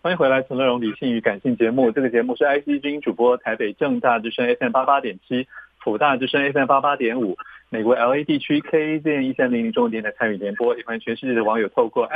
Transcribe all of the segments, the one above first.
欢迎回来，陈乐融理性与感性节目。这个节目是 IC 之音主播，台北正大之声 FM88.7，辅大之声 FM88.5，美国 LA 地区 KAZN 1300中文电台参与联播，也欢迎全世界的网友透过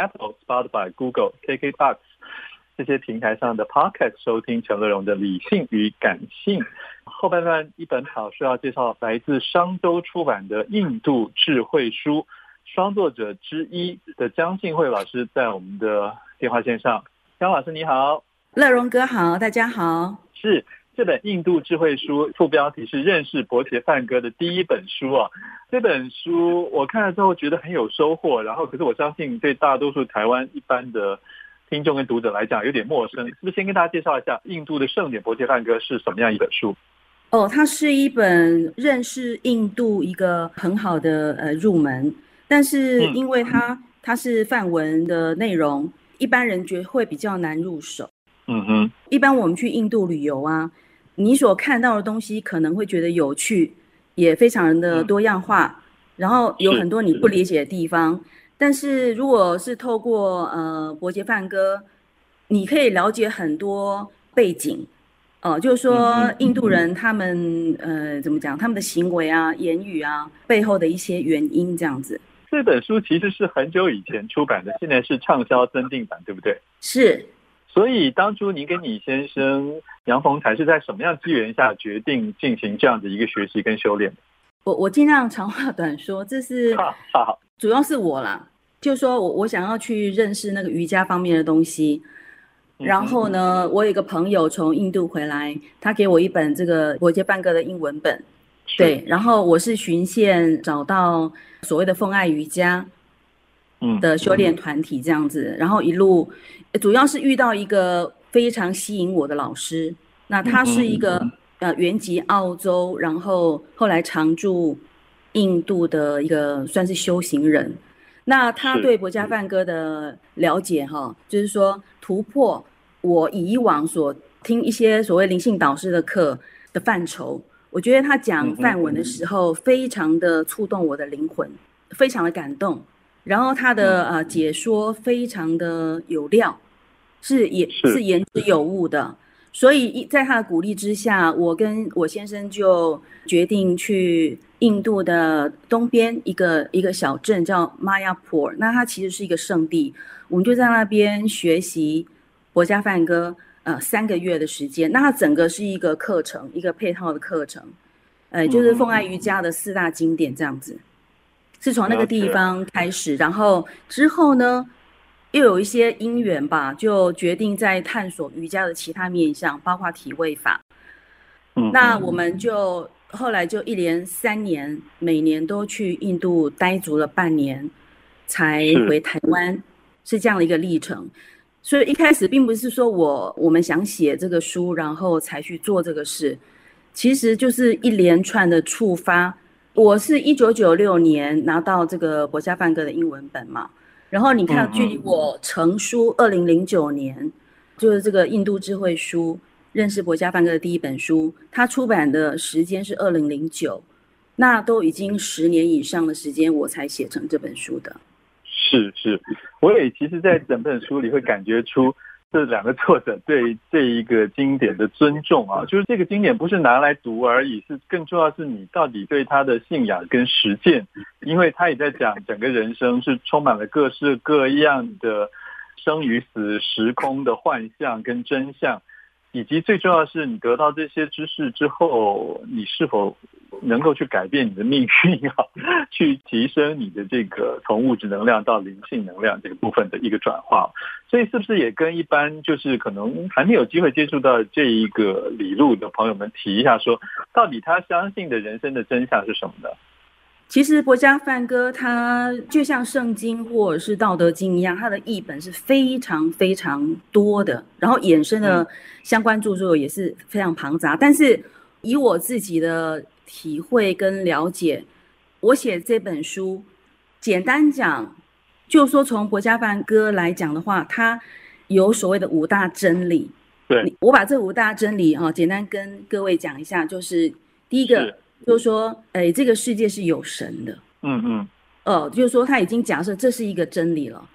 Apple、Spotify、Google、KKBOX 这些平台上的 Podcast 收听陈乐融的理性与感性。后半段一本好书要介绍来自商周出版的印度智慧书，双作者之一的江静慧老师在我们的电话线上。江老师你好。 乐融哥好，大家好。 是这本印度智慧书，副标题是认识伯杰梵歌的第一本书啊。这本书我看了之后觉得很有收获，然后可是我相信对大多数台湾一般的听众跟读者来讲有点陌生，是不是先跟大家介绍一下印度的圣典伯杰梵歌是什么样一本书？ 它是一本认识印度一个很好的入门，但是因为它是梵文的内容，一般人觉得会比较难入手。一般我们去印度旅游啊，你所看到的东西可能会觉得有趣，也非常的多样化，然后有很多你不理解的地方。但是如果是透过伯杰梵歌，你可以了解很多背景。就是说印度人他们怎么讲，他们的行为啊、言语啊背后的一些原因这样子。 这本书其实是很久以前出版的，现在是畅销增订版，对不对？ 是。 所以当初您跟你先生杨逢才是在什么样机缘下决定进行这样的一个学习跟修炼？ 我尽量长话短说，这是主要是我啦，就是说我想要去认识那个瑜伽方面的东西。然后呢，我有一个朋友从印度回来，他给我一本这个伯杰梵歌的英文本，对，然后我是循线找到所谓的奉爱瑜伽的修炼团体这样子，然后一路主要是遇到一个非常吸引我的老师，那他是一个原籍澳洲，然后后来常驻印度的一个算是修行人。那他对伯杰梵歌的了解就是说突破我以往所听一些所谓灵性导师的课的范畴。我觉得他讲梵文的时候非常的触动我的灵魂，非常的感动。然后他的解说非常的有料，是言之有物的。所以在他的鼓励之下，我跟我先生就决定去印度的东边一个小镇叫 Mayapur， 那它其实是一个圣地，我们就在那边学习伯杰梵歌3个月的时间。那它整个是一个课程，一个配套的课程，就是奉爱瑜伽的4大经典这样子，是从那个地方开始。然后之后呢又有一些因缘吧，就决定在探索瑜伽的其他面向，包括体位法。那我们就后来就一连3年，每年都去印度待足了半年，才回台湾，是这样的一个历程。所以一开始并不是说我们想写这个书，然后才去做这个事，其实就是一连串的触发。我是1996年拿到这个伯杰梵歌的英文本嘛。然后你看，距离我成书2009年，就是这个印度智慧书认识伯杰梵歌的第一本书，它出版的时间是2009，那都已经10年以上的时间，我才写成这本书的。 是，我也其实在整本书里会感觉出这2个作者对这一个经典的尊重啊，就是这个经典不是拿来读而已，是更重要是你到底对他的信仰跟实践，因为他也在讲整个人生是充满了各式各样的生与死、时空的幻象跟真相，以及最重要的是你得到这些知识之后，你是否能够去改变你的命运去提升你的这个从物质能量到灵性能量这个部分的一个转化。所以是不是也跟一般就是可能还没有机会接触到这一个理路的朋友们提一下，说到底他相信的人生的真相是什么呢？ 其实伯杰梵歌它就像圣经或者是道德经一样，它的译本是非常非常多的，然后衍生的相关著作也是非常庞杂。但是以我自己的体会跟了解，我写这本书简单讲，就说从伯杰梵歌来讲的话，它有所谓的5大真理。 对， 我把这5大真理简单跟各位讲一下。就是第一个就是说这个世界是有神的。就是说他已经假设这是一个真理了。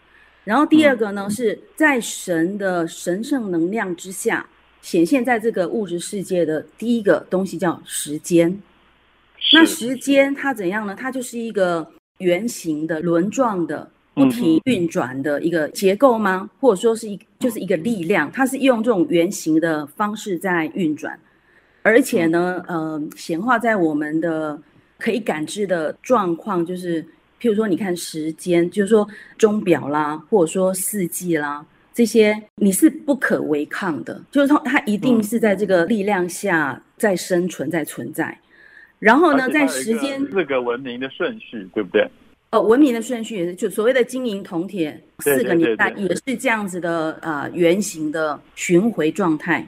然后第二个呢，是在神的神圣能量之下显现在这个物质世界的第一个东西叫时间。那时间它怎样呢？它就是一个圆形的轮状的不停运转的一个结构吗？或者说是就是一个力量，它是用这种圆形的方式在运转，而且呢显化在我们的可以感知的状况，就是譬如说你看时间，就是说钟表啦，或者说四季啦，这些你是不可违抗的，就是说它一定是在这个力量下在生存在存在。然后呢，在时间 4个文明的顺序，对不对？ 文明的顺序也是，就所谓的金银铜铁4个年代也是这样子的圆形的巡回状态。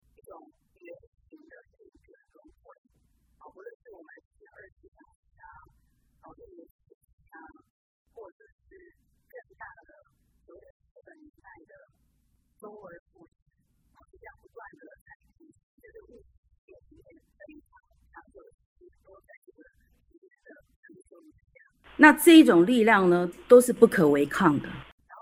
那这一种力量呢，都是不可违抗的。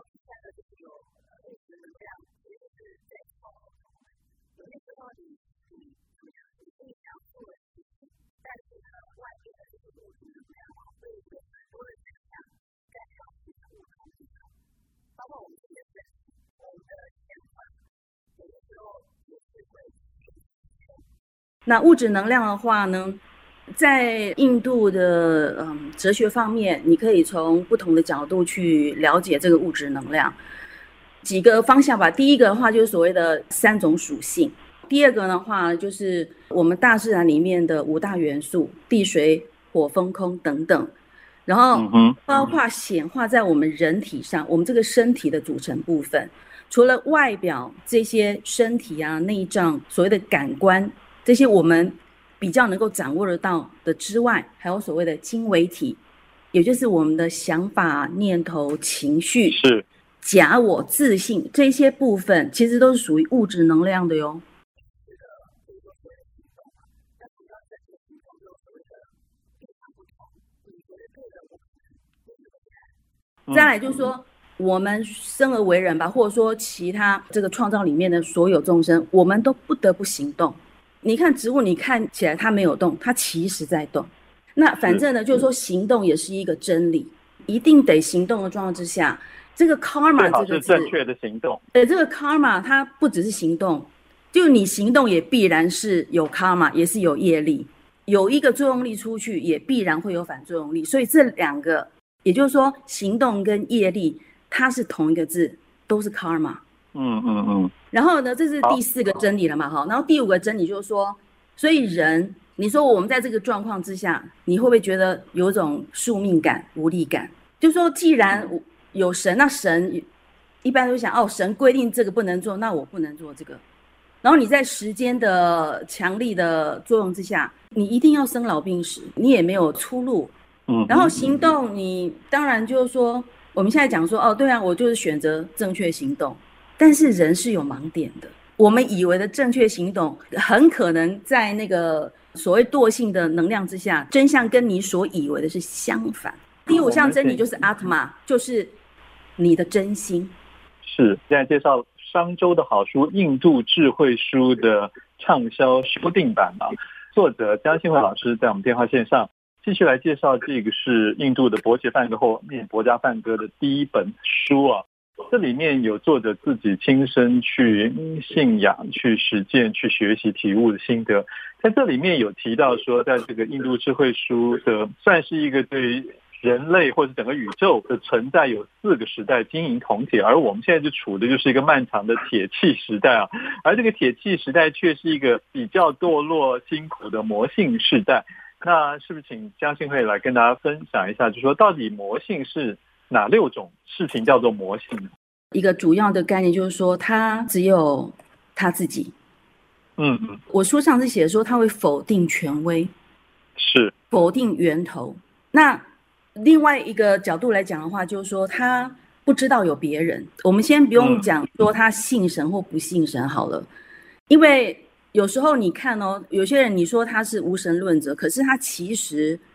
那物质能量的话呢，在印度的哲学方面，你可以从不同的角度去了解这个物质能量。几个方向吧。第一个的话就是所谓的3种属性，第二个的话就是我们大自然里面的5大元素，地水火风空等等，然后包括显化在我们人体上，我们这个身体的组成部分，除了外表这些身体啊、内脏所谓的感官这些我们比较能够掌握得到的之外，还有所谓的经纬体，也就是我们的想法、念头、情绪、 是假我、自信，这些部分其实都是属于物质能量的哟。再来就是说，我们生而为人吧，或者说其他这个创造里面的所有众生，我们都不得不行动。你看植物，你看起来它没有动，它其实在动。那反正呢，就是说行动也是一个真理，一定得行动的状况之下，这个 karma 这个字， 是正确的行动。 这个 karma 它不只是行动，就你行动也必然是有 karma， 也是有业力，有一个作用力出去，也必然会有反作用力。所以这两个，也就是说行动跟业力，它是同一个字，都是 karma。然后呢，这是第4个真理了嘛，哈。然后第5个真理就是说，所以人，你说我们在这个状况之下，你会不会觉得有种宿命感、无力感？就是说，既然有神，那神一般都想，哦，神规定这个不能做，那我不能做这个。然后你在时间的强力的作用之下，你一定要生老病死，你也没有出路。然后行动，你当然就是说，我们现在讲说，哦，对啊，我就是选择正确行动。但是人是有盲点的，我们以为的正确行动，很可能在那个所谓惰性的能量之下，真相跟你所以为的是相反。第5项真理就是阿特玛，就是你的真心。 是，现在介绍商周的好书《印度智慧书》的畅销修订版啊，作者江信惠老师在我们电话线上继续来介绍，这个是印度的伯杰梵歌后面伯家梵歌的第1本书啊。这里面有作者自己亲身去信仰、去实践、去学习、体悟的心得。在这里面有提到说，在这个印度智慧书的算是一个对人类或者整个宇宙的存在有4个时代，金银铜铁，而我们现在就处的就是一个漫长的铁器时代啊。而这个铁器时代却是一个比较堕落、辛苦的魔性时代。那是不是请江信惠来跟大家分享一下，就是说到底魔性是哪6种事情叫做魔性呢？ 一个主要的概念就是说，他只有他自己。我书上是写说，他会否定权威， 是否定源头。那另外一个角度来讲的话，就是说他不知道有别人。我们先不用讲说他信神或不信神好了，因为有时候你看哦，有些人你说他是无神论者，可是他其实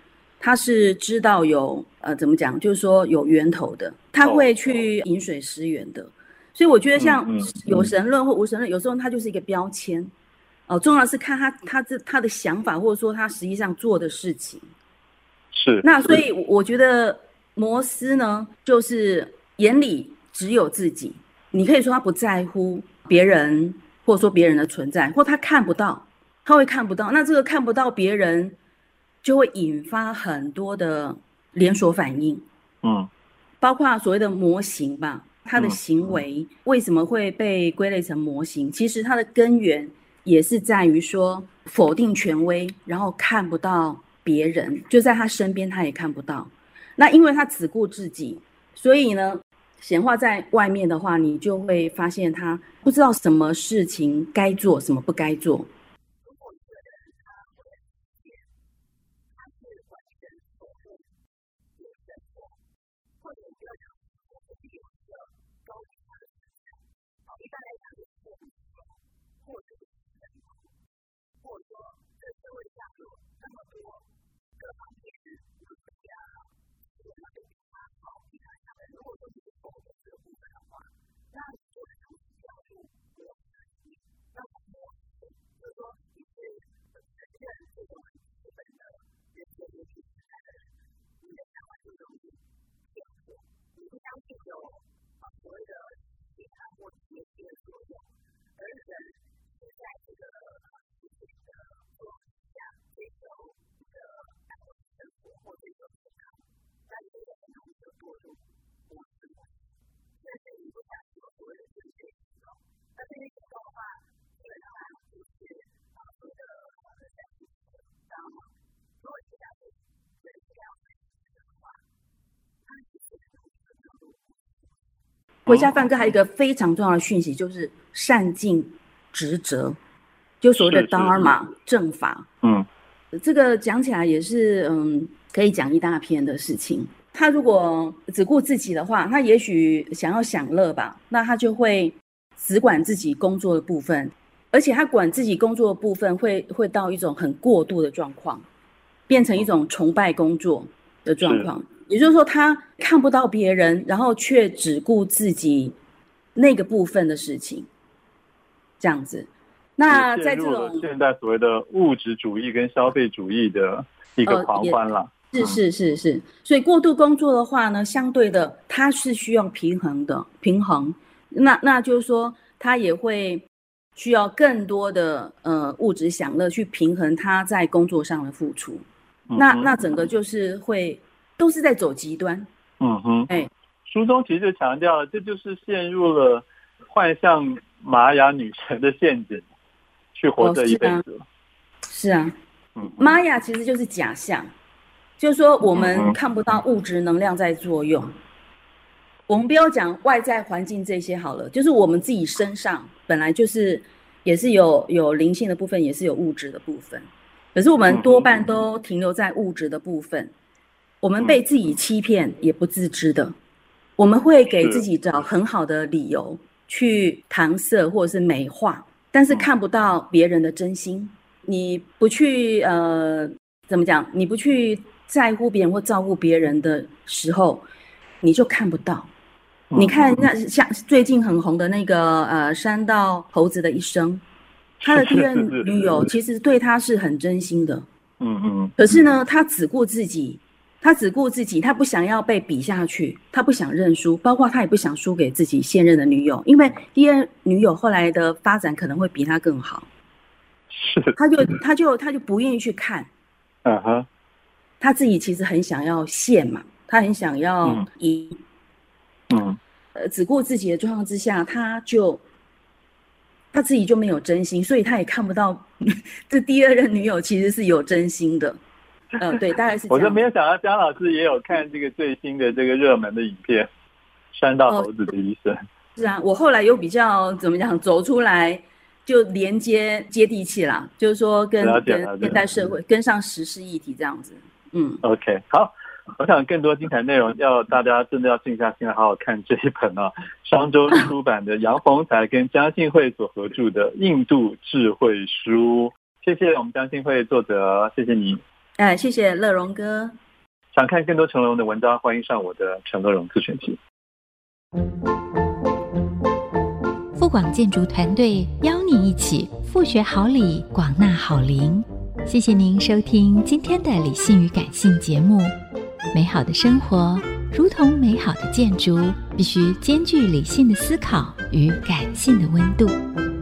他是知道有怎么讲，就是说有源头的，他会去饮水思源的。所以我觉得像有神论或无神论，有时候它就是一个标签。重要的是看他的想法，或者说他实际上做的事情。 是。 那所以我觉得摩斯呢，就是眼里只有自己。你可以说他不在乎别人，或者说别人的存在，或他看不到，他会看不到。那这个看不到别人，就会引发很多的连锁反应。包括所谓的模型吧，他的行为为什么会被归类成模型？其实它的根源也是在于说否定权威，然后看不到别人，就在他身边他也看不到。那因为他只顾自己，所以呢显化在外面的话，你就会发现他不知道什么事情该做，什么不该做。回家饭课还有一个非常重要的讯息，就是善尽职责，就所谓的 Dharma 正法。这个讲起来也是可以讲一大篇的事情。他如果只顾自己的话，他也许想要享乐吧，那他就会只管自己工作的部分，而且他管自己工作的部分会到一种很过度的状况，变成一种崇拜工作的状况。也就是说他看不到别人，然后却只顾自己那个部分的事情，这样子。那在这种现在所谓的物质主义跟消费主义的一个狂欢了。 是。所以过度工作的话呢，相对的它是需要平衡的，那就是说它也会需要更多的物质享乐去平衡他在工作上的付出。那整个就是会都是在走极端。 书中其实强调了，这就是陷入了幻象玛雅女神的陷阱，去活这一辈子。 是啊，玛雅其实就是假象，就是说我们看不到物质能量在作用。我们不要讲外在环境这些好了，就是我们自己身上本来就是也是有灵性的部分，也是有物质的部分，可是我们多半都停留在物质的部分。我们被自己欺骗也不自知的，我们会给自己找很好的理由去搪塞或者是美化，但是看不到别人的真心。你不去怎么讲？你不去在乎别人或照顾别人的时候，你就看不到。你看那像最近很红的那个山道猴子的一生，他的第二女友其实对他是很真心的。可是呢，他只顾自己，他不想要被比下去，他不想认输，包括他也不想输给自己现任的女友，因为第二女友后来的发展可能会比他更好。他就不愿意去看。他自己其实很想要现嘛，他很想要赢。只顾自己的状况之下，他自己就没有真心，所以他也看不到这第二任女友其实是有真心的。对，大概是这样。 我就没有想到姜老师也有看这个最新的这个热门的影片《山道猴子的一生》。 是啊，我后来又比较怎么讲走出来，就连接接地气啦，就是说跟现代社会跟上时事议题这样子。 OK， 好。我想更多精彩内容要大家真的要静下心来好好看这一本商周出版的杨逢才跟江信惠所合著的印度智慧书。谢谢我们江信惠作者，谢谢你。 谢谢乐荣哥。 想看更多陈乐融的文章，欢迎上我的陈乐融自选集。 富广建筑团队邀你一起复学好礼，广纳好邻。谢谢您收听今天的理性与感性节目。美好的生活如同美好的建筑，必须兼具理性的思考与感性的温度。